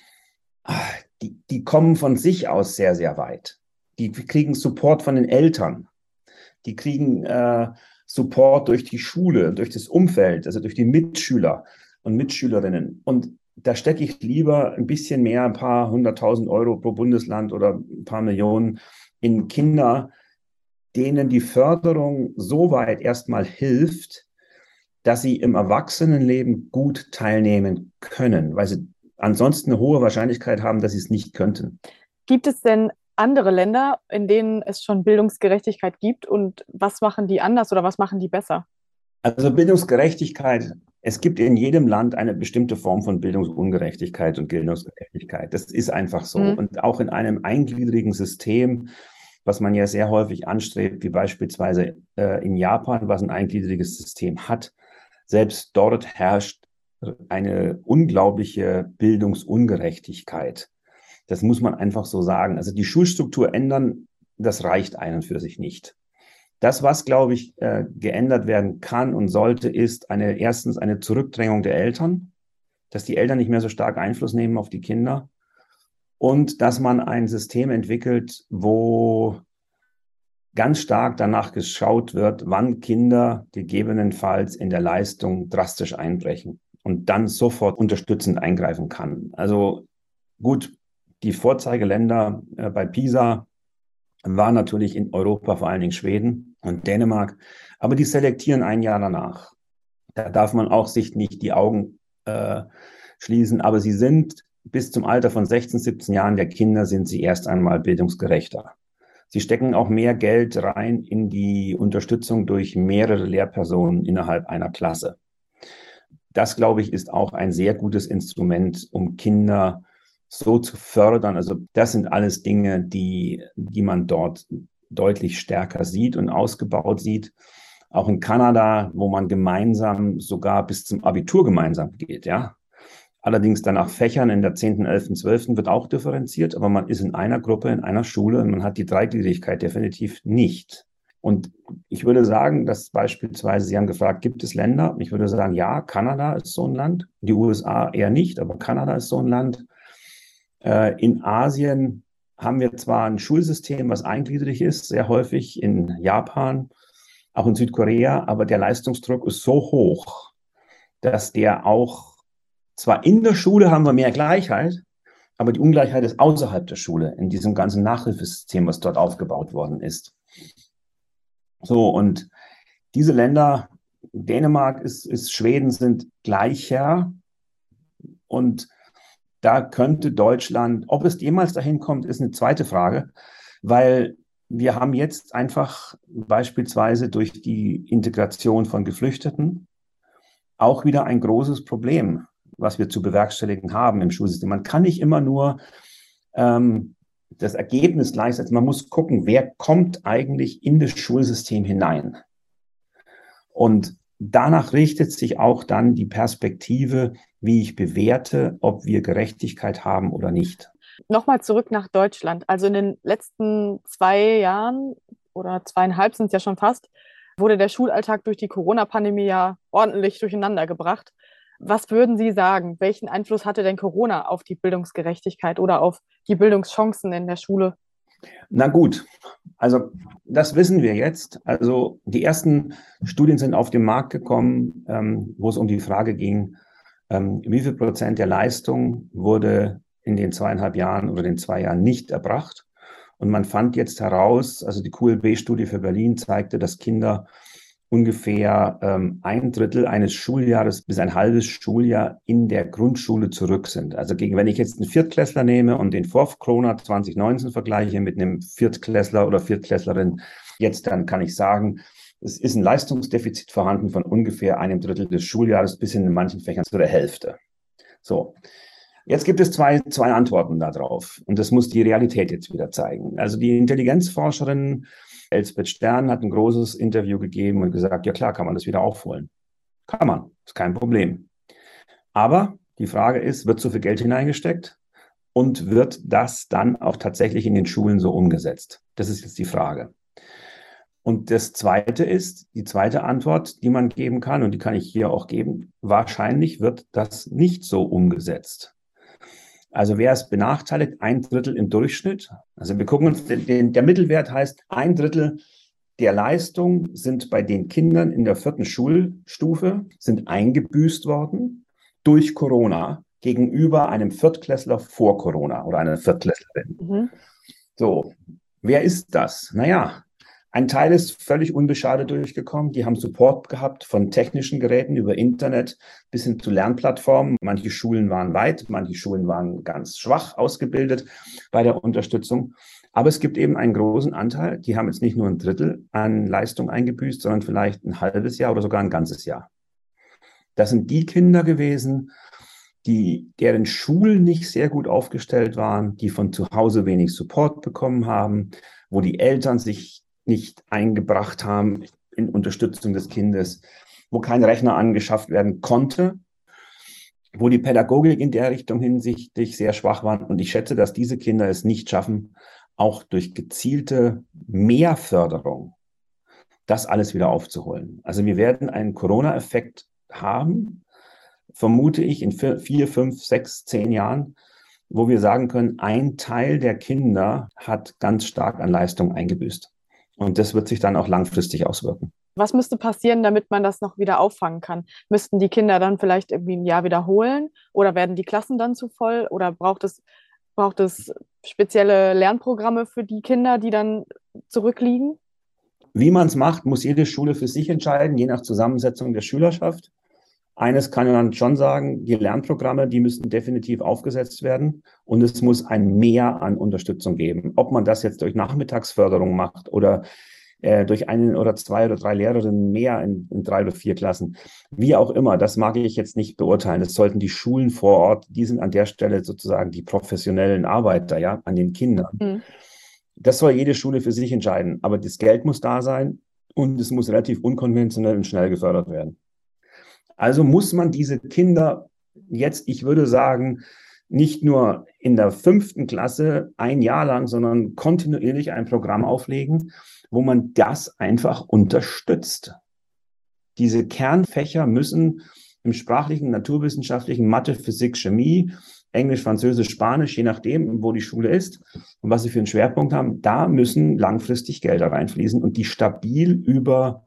die kommen von sich aus sehr, sehr weit. Die kriegen Support von den Eltern. Die kriegen Support durch die Schule, durch das Umfeld, also durch die Mitschüler und Mitschülerinnen. Und da stecke ich lieber ein bisschen mehr, ein paar 100.000 Euro pro Bundesland oder ein paar Millionen in Kinder, denen die Förderung so weit erstmal hilft, dass sie im Erwachsenenleben gut teilnehmen können, weil sie ansonsten eine hohe Wahrscheinlichkeit haben, dass sie es nicht könnten. Gibt es denn andere Länder, in denen es schon Bildungsgerechtigkeit gibt und was machen die anders oder was machen die besser? Also Bildungsgerechtigkeit, es gibt in jedem Land eine bestimmte Form von Bildungsungerechtigkeit und Bildungsgerechtigkeit. Das ist einfach so. Mhm. Und auch in einem eingliedrigen System, was man ja sehr häufig anstrebt, wie beispielsweise in Japan, was ein eingliedriges System hat, selbst dort herrscht eine unglaubliche Bildungsungerechtigkeit. Das muss man einfach so sagen. Also die Schulstruktur ändern, das reicht einen für sich nicht. Das, was, glaube ich, geändert werden kann und sollte, ist erstens eine Zurückdrängung der Eltern, dass die Eltern nicht mehr so stark Einfluss nehmen auf die Kinder und dass man ein System entwickelt, wo ganz stark danach geschaut wird, wann Kinder gegebenenfalls in der Leistung drastisch einbrechen und dann sofort unterstützend eingreifen kann. Also gut, die Vorzeigeländer bei PISA waren natürlich in Europa vor allen Dingen Schweden und Dänemark, aber die selektieren ein Jahr danach. Da darf man auch sich nicht die Augen schließen, aber sie sind bis zum Alter von 16, 17 Jahren der Kinder sind sie erst einmal bildungsgerechter. Sie stecken auch mehr Geld rein in die Unterstützung durch mehrere Lehrpersonen innerhalb einer Klasse. Das, glaube ich, ist auch ein sehr gutes Instrument, um Kinder so zu fördern. Also das sind alles Dinge, die man dort deutlich stärker sieht und ausgebaut sieht. Auch in Kanada, wo man gemeinsam sogar bis zum Abitur gemeinsam geht, ja. Allerdings dann nach Fächern in der 10., 11., 12. wird auch differenziert, aber man ist in einer Gruppe, in einer Schule und man hat die Dreigliedrigkeit definitiv nicht. Und ich würde sagen, dass beispielsweise, Sie haben gefragt, gibt es Länder? Ich würde sagen, ja, Kanada ist so ein Land, die USA eher nicht, aber Kanada ist so ein Land. In Asien haben wir zwar ein Schulsystem, was eingliedrig ist, sehr häufig in Japan, auch in Südkorea, aber der Leistungsdruck ist so hoch, dass der auch zwar in der Schule haben wir mehr Gleichheit, aber die Ungleichheit ist außerhalb der Schule, in diesem ganzen Nachhilfesystem, was dort aufgebaut worden ist. So, und diese Länder, Dänemark ist Schweden, sind gleicher. Und da könnte Deutschland, ob es jemals dahin kommt, ist eine zweite Frage, weil wir haben jetzt einfach beispielsweise durch die Integration von Geflüchteten auch wieder ein großes Problem, was wir zu bewerkstelligen haben im Schulsystem. Man kann nicht immer nur das Ergebnis gleichsetzen. Man muss gucken, wer kommt eigentlich in das Schulsystem hinein. Und danach richtet sich auch dann die Perspektive, wie ich bewerte, ob wir Gerechtigkeit haben oder nicht. Nochmal zurück nach Deutschland. Also in den letzten 2 Jahren oder 2,5 sind es ja schon fast, wurde der Schulalltag durch die Corona-Pandemie ja ordentlich durcheinander gebracht. Was würden Sie sagen? Welchen Einfluss hatte denn Corona auf die Bildungsgerechtigkeit oder auf die Bildungschancen in der Schule? Na gut, also das wissen wir jetzt. Also die ersten Studien sind auf den Markt gekommen, wo es um die Frage ging, wie viel Prozent der Leistung wurde in den 2,5 Jahren oder den 2 Jahren nicht erbracht. Und man fand jetzt heraus, also die QLB-Studie für Berlin zeigte, dass Kinder ungefähr 1/3 eines Schuljahres bis ein halbes Schuljahr in der Grundschule zurück sind. Also wenn ich jetzt einen Viertklässler nehme und den vor Corona 2019 vergleiche mit einem Viertklässler oder Viertklässlerin jetzt, dann kann ich sagen, es ist ein Leistungsdefizit vorhanden von ungefähr 1/3 des Schuljahres bis in manchen Fächern zu der Hälfte. So. Jetzt gibt es zwei Antworten darauf. Und das muss die Realität jetzt wieder zeigen. Also die Intelligenzforscherin Elsbeth Stern hat ein großes Interview gegeben und gesagt, ja klar, kann man das wieder aufholen. Kann man, ist kein Problem. Aber die Frage ist, wird so viel Geld hineingesteckt und wird das dann auch tatsächlich in den Schulen so umgesetzt? Das ist jetzt die Frage. Und das Zweite ist, die zweite Antwort, die man geben kann, und die kann ich hier auch geben, wahrscheinlich wird das nicht so umgesetzt. Also wer ist benachteiligt? 1/3 im Durchschnitt. Also wir gucken uns, der Mittelwert heißt, 1/3 der Leistung sind bei den Kindern in der 4. Schulstufe sind eingebüßt worden durch Corona gegenüber einem Viertklässler vor Corona oder einer Viertklässlerin. Mhm. So, wer ist das? Naja, ein Teil ist völlig unbeschadet durchgekommen. Die haben Support gehabt von technischen Geräten über Internet bis hin zu Lernplattformen. Manche Schulen waren weit, manche Schulen waren ganz schwach ausgebildet bei der Unterstützung. Aber es gibt eben einen großen Anteil, die haben jetzt nicht nur 1/3 an Leistung eingebüßt, sondern vielleicht ein halbes Jahr oder sogar ein ganzes Jahr. Das sind die Kinder gewesen, deren Schulen nicht sehr gut aufgestellt waren, die von zu Hause wenig Support bekommen haben, wo die Eltern sich nicht eingebracht haben in Unterstützung des Kindes, wo kein Rechner angeschafft werden konnte, wo die Pädagogik in der Richtung hinsichtlich sehr schwach war. Und ich schätze, dass diese Kinder es nicht schaffen, auch durch gezielte Mehrförderung das alles wieder aufzuholen. Also wir werden einen Corona-Effekt haben, vermute ich, in 4, 5, 6, 10 Jahren, wo wir sagen können, ein Teil der Kinder hat ganz stark an Leistung eingebüßt. Und das wird sich dann auch langfristig auswirken. Was müsste passieren, damit man das noch wieder auffangen kann? Müssten die Kinder dann vielleicht irgendwie ein Jahr wiederholen oder werden die Klassen dann zu voll oder braucht es spezielle Lernprogramme für die Kinder, die dann zurückliegen? Wie man es macht, muss jede Schule für sich entscheiden, je nach Zusammensetzung der Schülerschaft. Eines kann man schon sagen, die Lernprogramme, die müssen definitiv aufgesetzt werden und es muss ein Mehr an Unterstützung geben. Ob man das jetzt durch Nachmittagsförderung macht oder durch 1 oder 2 oder 3 Lehrerinnen mehr in 3 oder 4 Klassen, wie auch immer, das mag ich jetzt nicht beurteilen. Das sollten die Schulen vor Ort, die sind an der Stelle sozusagen die professionellen Arbeiter, ja, an den Kindern. Mhm. Das soll jede Schule für sich entscheiden, aber das Geld muss da sein und es muss relativ unkonventionell und schnell gefördert werden. Also muss man diese Kinder jetzt, ich würde sagen, nicht nur in der 5. Klasse ein Jahr lang, sondern kontinuierlich ein Programm auflegen, wo man das einfach unterstützt. Diese Kernfächer müssen im sprachlichen, naturwissenschaftlichen, Mathe, Physik, Chemie, Englisch, Französisch, Spanisch, je nachdem, wo die Schule ist und was sie für einen Schwerpunkt haben, da müssen langfristig Gelder reinfließen und die stabil über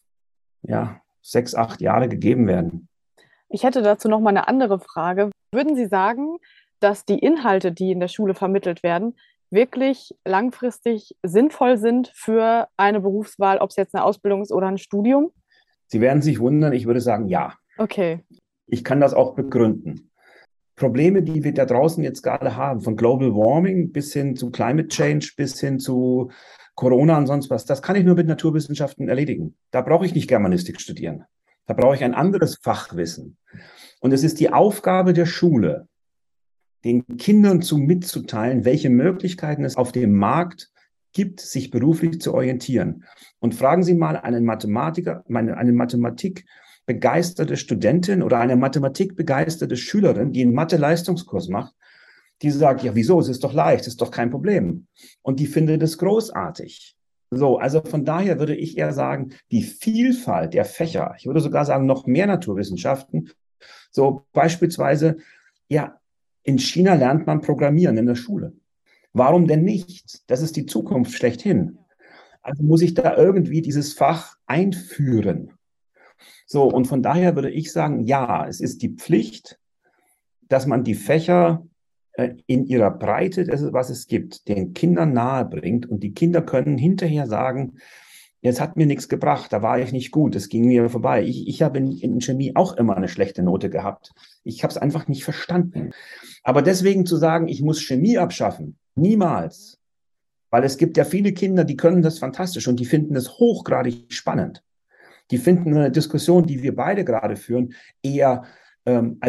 6, 8 Jahre gegeben werden. Ich hätte dazu noch mal eine andere Frage. Würden Sie sagen, dass die Inhalte, die in der Schule vermittelt werden, wirklich langfristig sinnvoll sind für eine Berufswahl, ob es jetzt eine Ausbildung ist oder ein Studium? Sie werden sich wundern, ich würde sagen, ja. Okay. Ich kann das auch begründen. Probleme, die wir da draußen jetzt gerade haben, von Global Warming bis hin zu Climate Change, bis hin zu Corona und sonst was, das kann ich nur mit Naturwissenschaften erledigen. Da brauche ich nicht Germanistik studieren. Da brauche ich ein anderes Fachwissen. Und es ist die Aufgabe der Schule, den Kindern mitzuteilen, welche Möglichkeiten es auf dem Markt gibt, sich beruflich zu orientieren. Und fragen Sie mal einen Mathematiker, eine mathematikbegeisterte Studentin oder eine mathematikbegeisterte Schülerin, die einen Mathe-Leistungskurs macht, die sagt, ja, wieso, es ist doch leicht, es ist doch kein Problem. Und die findet es großartig. So, also von daher würde ich eher sagen, die Vielfalt der Fächer, ich würde sogar sagen, noch mehr Naturwissenschaften, so beispielsweise, ja, in China lernt man Programmieren in der Schule. Warum denn nicht? Das ist die Zukunft schlechthin. Also muss ich da irgendwie dieses Fach einführen. So, und von daher würde ich sagen, ja, es ist die Pflicht, dass man die Fächer in ihrer Breite, das ist, was es gibt, den Kindern nahe bringt und die Kinder können hinterher sagen, jetzt hat mir nichts gebracht, da war ich nicht gut, es ging mir vorbei. Ich habe in Chemie auch immer eine schlechte Note gehabt. Ich habe es einfach nicht verstanden. Aber deswegen zu sagen, ich muss Chemie abschaffen, niemals. Weil es gibt ja viele Kinder, die können das fantastisch und die finden das hochgradig spannend. Die finden eine Diskussion, die wir beide gerade führen, eher als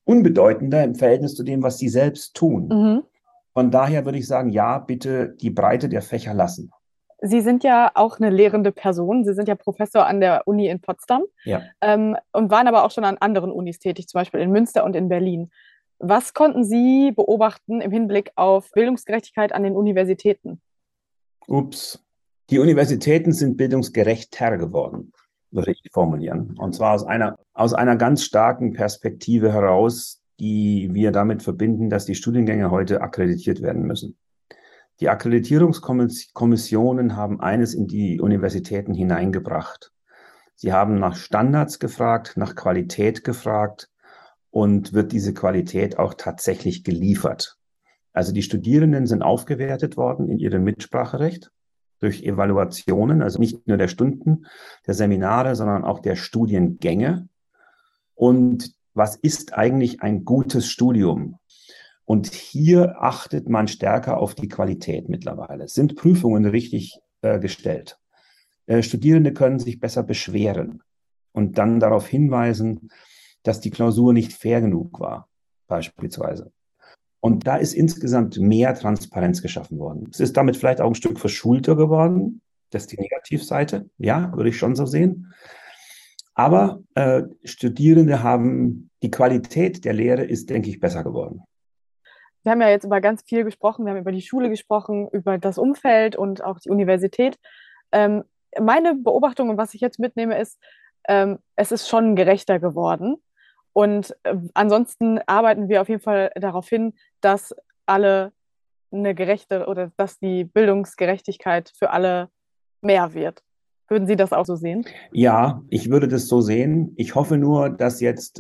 unbedeutender im Verhältnis zu dem, was sie selbst tun. Mhm. Von daher würde ich sagen, ja, bitte die Breite der Fächer lassen. Sie sind ja auch eine lehrende Person. Sie sind ja Professor an der Uni in Potsdam, Ja. und waren aber auch schon an anderen Unis tätig, zum Beispiel in Münster und in Berlin. Was konnten Sie beobachten im Hinblick auf Bildungsgerechtigkeit an den Universitäten? Ups. Die Universitäten sind bildungsgerechter geworden, würde ich formulieren. Und zwar aus einer ganz starken Perspektive heraus, die wir damit verbinden, dass die Studiengänge heute akkreditiert werden müssen. Die Akkreditierungskommissionen haben eines in die Universitäten hineingebracht. Sie haben nach Standards gefragt, nach Qualität gefragt und wird diese Qualität auch tatsächlich geliefert. Also die Studierenden sind aufgewertet worden in ihrem Mitspracherecht durch Evaluationen, also nicht nur der Stunden, der Seminare, sondern auch der Studiengänge. Und was ist eigentlich ein gutes Studium? Und hier achtet man stärker auf die Qualität mittlerweile. Sind Prüfungen richtig gestellt? Studierende können sich besser beschweren und dann darauf hinweisen, dass die Klausur nicht fair genug war, beispielsweise. Und da ist insgesamt mehr Transparenz geschaffen worden. Es ist damit vielleicht auch ein Stück verschulter geworden. Das ist die Negativseite. Ja, würde ich schon so sehen. Aber Studierende haben, die Qualität der Lehre ist, denke ich, besser geworden. Wir haben ja jetzt über ganz viel gesprochen. Wir haben über die Schule gesprochen, über das Umfeld und auch die Universität. Meine Beobachtung und was ich jetzt mitnehme, ist, es ist schon gerechter geworden. Und ansonsten arbeiten wir auf jeden Fall darauf hin, dass alle eine gerechte oder dass die Bildungsgerechtigkeit für alle mehr wird. Würden Sie das auch so sehen? Ja, ich würde das so sehen. Ich hoffe nur, dass jetzt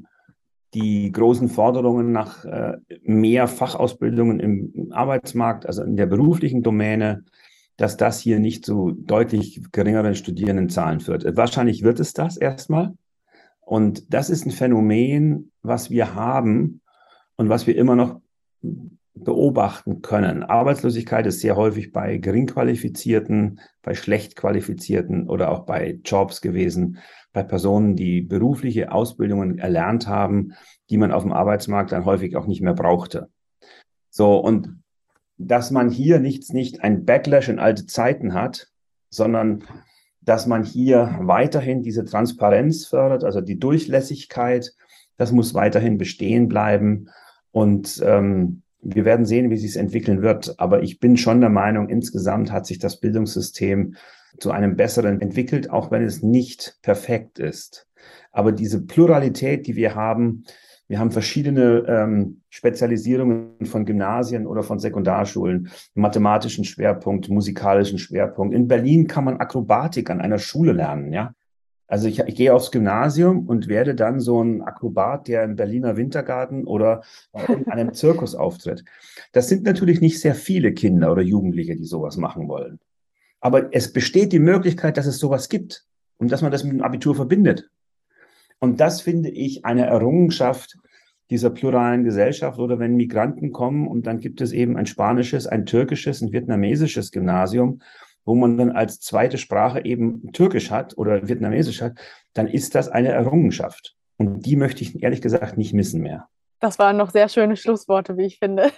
die großen Forderungen nach mehr Fachausbildungen im Arbeitsmarkt, also in der beruflichen Domäne, dass das hier nicht zu deutlich geringeren Studierendenzahlen führt. Wahrscheinlich wird es das erstmal. Und das ist ein Phänomen, was wir haben und was wir immer noch beobachten können. Arbeitslosigkeit ist sehr häufig bei Geringqualifizierten, bei schlecht qualifizierten oder auch bei Jobs gewesen, bei Personen, die berufliche Ausbildungen erlernt haben, die man auf dem Arbeitsmarkt dann häufig auch nicht mehr brauchte. So, und dass man hier nicht ein Backlash in alte Zeiten hat, sondern dass man hier weiterhin diese Transparenz fördert, also die Durchlässigkeit, das muss weiterhin bestehen bleiben. Und wir werden sehen, wie sich es entwickeln wird. Aber ich bin schon der Meinung, insgesamt hat sich das Bildungssystem zu einem besseren entwickelt, auch wenn es nicht perfekt ist. Aber diese Pluralität, die wir haben verschiedene Spezialisierungen von Gymnasien oder von Sekundarschulen, mathematischen Schwerpunkt, musikalischen Schwerpunkt. In Berlin kann man Akrobatik an einer Schule lernen, ja. Also ich gehe aufs Gymnasium und werde dann so ein Akrobat, der im Berliner Wintergarten oder bei irgendeinem Zirkus auftritt. Das sind natürlich nicht sehr viele Kinder oder Jugendliche, die sowas machen wollen. Aber es besteht die Möglichkeit, dass es sowas gibt und dass man das mit dem Abitur verbindet. Und das finde ich eine Errungenschaft dieser pluralen Gesellschaft. Oder wenn Migranten kommen und dann gibt es eben ein spanisches, ein türkisches, ein vietnamesisches Gymnasium, wo man dann als zweite Sprache eben Türkisch hat oder Vietnamesisch hat, dann ist das eine Errungenschaft. Und die möchte ich ehrlich gesagt nicht missen mehr. Das waren noch sehr schöne Schlussworte, wie ich finde.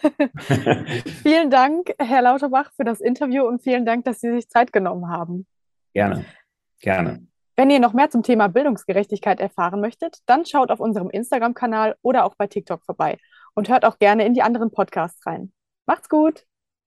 Vielen Dank, Herr Lauterbach, für das Interview und vielen Dank, dass Sie sich Zeit genommen haben. Gerne, gerne. Wenn ihr noch mehr zum Thema Bildungsgerechtigkeit erfahren möchtet, dann schaut auf unserem Instagram-Kanal oder auch bei TikTok vorbei und hört auch gerne in die anderen Podcasts rein. Macht's gut!